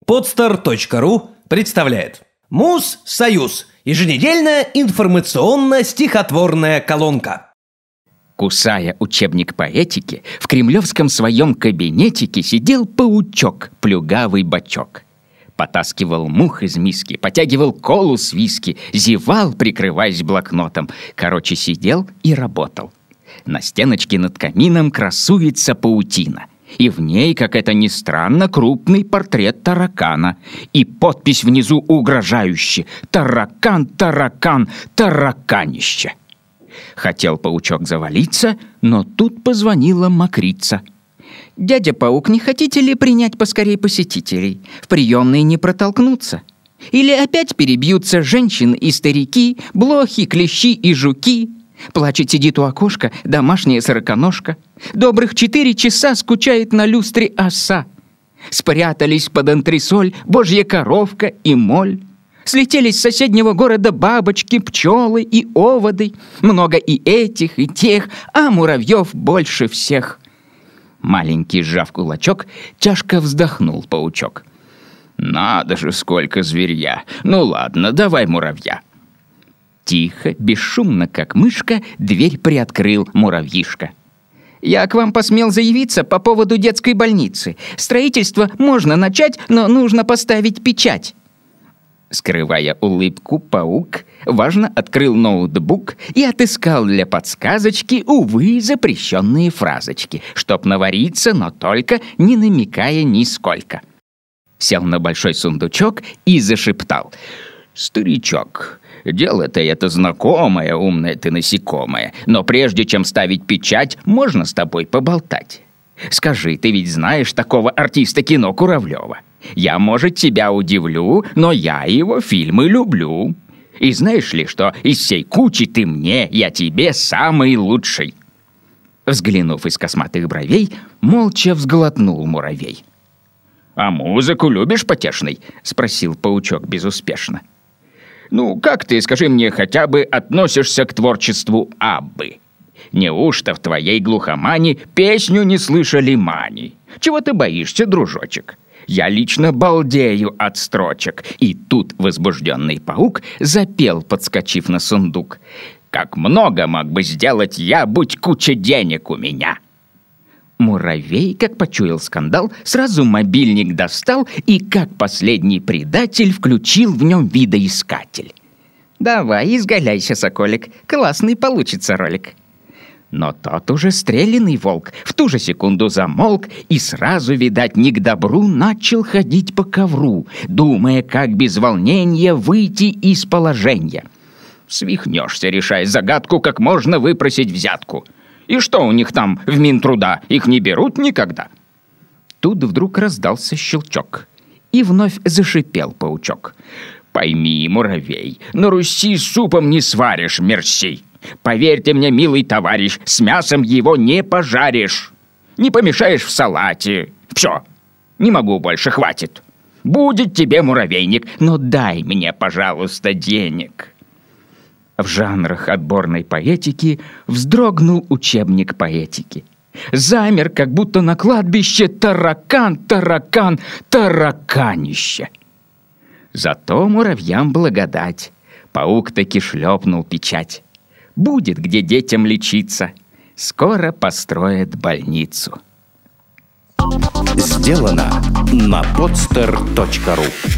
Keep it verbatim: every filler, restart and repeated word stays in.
подстер точка ру представляет Муз-Союз. Еженедельная информационно-стихотворная колонка. Кусая учебник по этике, в кремлевском своем кабинетике сидел паучок, плюгавый бочок. Потаскивал мух из миски, потягивал колу с виски, зевал, прикрываясь блокнотом. Короче, сидел и работал. На стеночке над камином красуется паутина. И в ней, как это ни странно, крупный портрет таракана. И подпись внизу угрожающая: «Таракан, таракан, тараканище». Хотел паучок завалиться, но тут позвонила мокрица. «Дядя Паук, не хотите ли принять поскорей посетителей? В приемной не протолкнуться. Или опять перебьются женщины и старики, блохи, клещи и жуки? Плачет, сидит у окошка домашняя сороконожка. Добрых четыре часа скучает на люстре оса. Спрятались под антресоль божья коровка и моль. Слетелись с соседнего города бабочки, пчелы и оводы. Много и этих, и тех, а муравьев больше всех». Маленький, сжав кулачок, тяжко вздохнул паучок. «Надо же, сколько зверья! Ну ладно, давай муравья». Тихо, бесшумно, как мышка, дверь приоткрыл муравьишка. «Я к вам посмел заявиться по поводу детской больницы. Строительство можно начать, но нужно поставить печать». Скрывая улыбку, паук важно открыл ноутбук и отыскал для подсказочки, увы, запрещенные фразочки, чтоб навариться, но только не намекая нисколько. Сел на большой сундучок и зашептал: «Старичок, дело-то это знакомое, умное ты насекомое, но прежде чем ставить печать, можно с тобой поболтать. Скажи, ты ведь знаешь такого артиста кино Куравлева? Я, может, тебя удивлю, но я его фильмы люблю. И знаешь ли, что из всей кучи ты мне, я тебе самый лучший?» Взглянув из косматых бровей, молча взглотнул муравей. «А музыку любишь, потешный?» — спросил паучок безуспешно. «Ну, как ты, скажи мне, хотя бы относишься к творчеству Аббы? Неужто в твоей глухомане песню не слышали мани? Чего ты боишься, дружочек? Я лично балдею от строчек». И тут возбужденный паук запел, подскочив на сундук: «Как много мог бы сделать я, будь куча денег у меня». Муравей, как почуял скандал, сразу мобильник достал и, как последний предатель, включил в нем видоискатель. «Давай, изгаляйся, соколик, классный получится ролик». Но тот уже стрелянный волк в ту же секунду замолк и сразу, видать, не к добру начал ходить по ковру, думая, как без волнения выйти из положения. Свихнешься, решая загадку, как можно выпросить взятку. И что у них там в Минтруда? Их не берут никогда. Тут вдруг раздался щелчок, и вновь зашипел паучок: «Пойми, муравей, на Руси супом не сваришь, мерси. Поверьте мне, милый товарищ, с мясом его не пожаришь. Не помешаешь в салате. Все, не могу больше, хватит. Будет тебе муравейник, но дай мне, пожалуйста, денег». В жанрах отборной поэтики вздрогнул учебник поэтики. Замер, как будто на кладбище: таракан, таракан, тараканище. Зато муравьям благодать. Паук таки шлепнул печать. Будет где детям лечиться. Скоро построят больницу. Сделано на подстер точка ру.